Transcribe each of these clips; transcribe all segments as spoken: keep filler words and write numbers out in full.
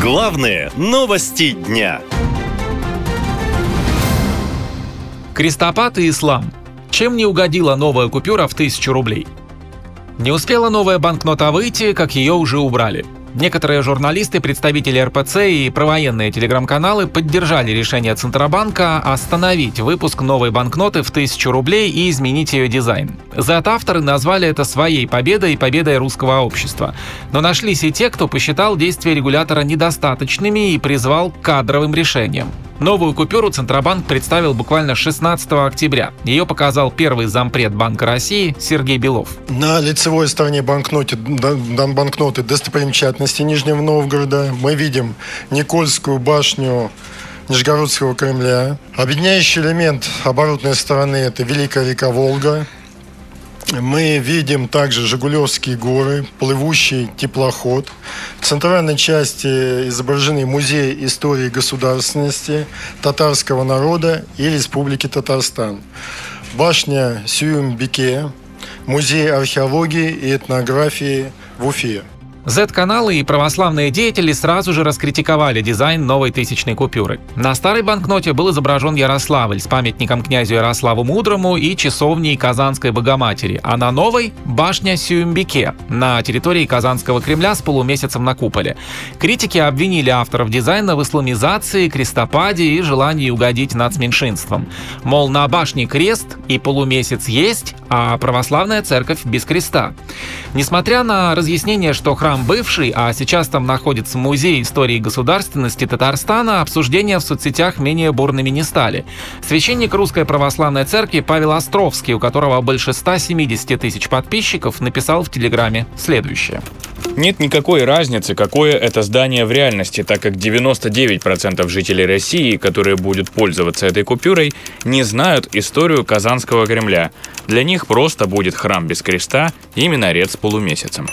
Главные новости дня. Крестопад и ислам. Чем не угодила новая купюра в тысячу рублей? Не успела новая банкнота выйти, как ее уже убрали. Некоторые журналисты, представители эр пэ цэ и провоенные телеграм-каналы поддержали решение Центробанка остановить выпуск новой банкноты в тысячу рублей и изменить ее дизайн. Зет-авторы назвали это своей победой и победой русского общества. Но нашлись и те, кто посчитал действия регулятора недостаточными и призвал к кадровым решениям. Новую купюру Центробанк представил буквально шестнадцатого октября. Ее показал первый зампред Банка России Сергей Белов. На лицевой стороне банкноты, банкноты достопримечательности Нижнего Новгорода мы видим Никольскую башню Нижегородского Кремля. Объединяющий элемент оборотной стороны – это Великая река Волга. Мы видим также Жигулевские горы, плывущий теплоход. В центральной части изображены музей истории государственности татарского народа и Республики Татарстан. Башня Сююмбике, музей археологии и этнографии в Уфе. Зет-каналы и православные деятели сразу же раскритиковали дизайн новой тысячной купюры. На старой банкноте был изображен Ярославль с памятником князю Ярославу Мудрому и часовней Казанской Богоматери, а на новой – башня Сююмбике на территории Казанского Кремля с полумесяцем на куполе. Критики обвинили авторов дизайна в исламизации, крестопаде и желании угодить нацменьшинствам. Мол, на башне крест и полумесяц есть, а православная церковь без креста. Несмотря на разъяснение, что храм бывший, а сейчас там находится музей истории государственности Татарстана, обсуждения в соцсетях менее бурными не стали. Священник Русской Православной Церкви Павел Островский, у которого больше ста семидесяти тысяч подписчиков, написал в Телеграме следующее. Нет никакой разницы, какое это здание в реальности, так как девяносто девять процентов жителей России, которые будут пользоваться этой купюрой, не знают историю Казанского Кремля. Для них просто будет храм без креста и минарет с полумесяцем.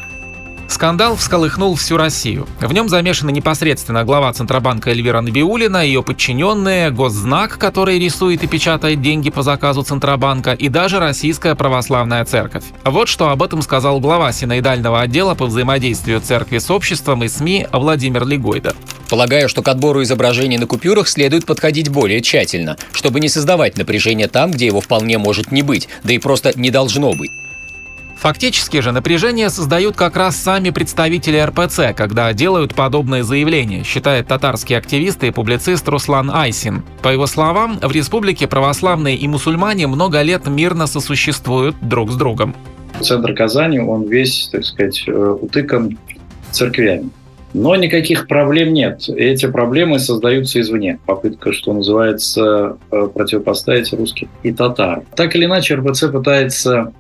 Скандал всколыхнул всю Россию. В нем замешаны непосредственно глава Центробанка Эльвира Набиуллина, ее подчиненные, Госзнак, который рисует и печатает деньги по заказу Центробанка, и даже Российская Православная Церковь. Вот что об этом сказал глава синоидального отдела по взаимодействию церкви с обществом и СМИ Владимир Легойда. Полагаю, что к отбору изображений на купюрах следует подходить более тщательно, чтобы не создавать напряжение там, где его вполне может не быть, да и просто не должно быть. Фактически же напряжение создают как раз сами представители эр пэ цэ, когда делают подобные заявления, считает татарский активист и публицист Руслан Айсин. По его словам, в республике православные и мусульмане много лет мирно сосуществуют друг с другом. Центр Казани, он весь, так сказать, утыкан церквями. Но никаких проблем нет. Эти проблемы создаются извне. Попытка, что называется, противопоставить русских и татар. Так или иначе, эр пэ цэ пытается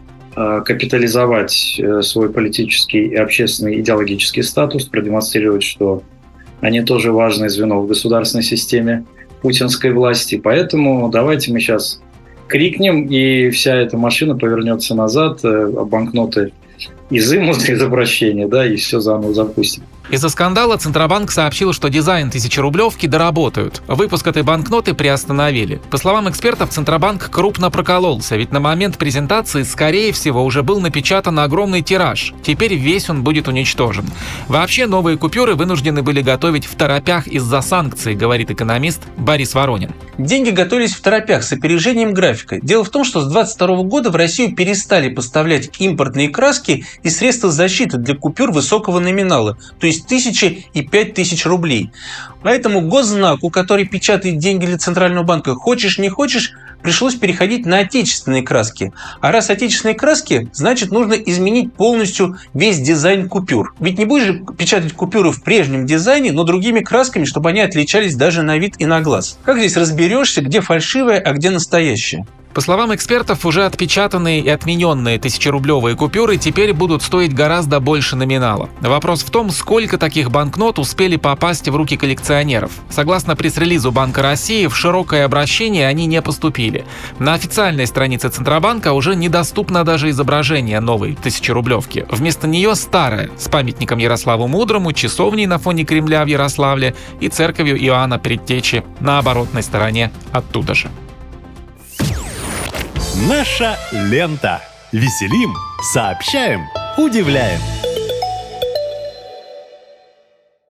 капитализовать свой политический и общественный идеологический статус, продемонстрировать, что они тоже важное звено в государственной системе путинской власти. Поэтому давайте мы сейчас крикнем, и вся эта машина повернется назад, банкноты изымут из обращения, да, и все заново запустим. Из-за скандала Центробанк сообщил, что дизайн тысячерублевки доработают. Выпуск этой банкноты приостановили. По словам экспертов, Центробанк крупно прокололся, ведь на момент презентации, скорее всего, уже был напечатан огромный тираж. Теперь весь он будет уничтожен. Вообще, новые купюры вынуждены были готовить второпях из-за санкций, говорит экономист Борис Воронин. Деньги готовились второпях с опережением графика. Дело в том, что с двадцать второго года в Россию перестали поставлять импортные краски и средства защиты для купюр высокого номинала, то есть тысячи и пять тысяч рублей. Поэтому Госзнаку, который печатает деньги для Центрального банка, хочешь не хочешь, пришлось переходить на отечественные краски. А раз отечественные краски, значит нужно изменить полностью весь дизайн купюр. Ведь не будешь же печатать купюры в прежнем дизайне, но другими красками, чтобы они отличались даже на вид и на глаз. Как здесь разберешься, где фальшивая, а где настоящая? По словам экспертов, уже отпечатанные и отмененные тысячерублевые купюры теперь будут стоить гораздо больше номинала. Вопрос в том, сколько таких банкнот успели попасть в руки коллекционеров. Согласно пресс-релизу Банка России, в широкое обращение они не поступили. На официальной странице Центробанка уже недоступно даже изображение новой тысячерублевки. Вместо нее старая, с памятником Ярославу Мудрому, часовней на фоне Кремля в Ярославле и церковью Иоанна Предтечи на оборотной стороне оттуда же. Наша лента. Веселим, сообщаем, удивляем.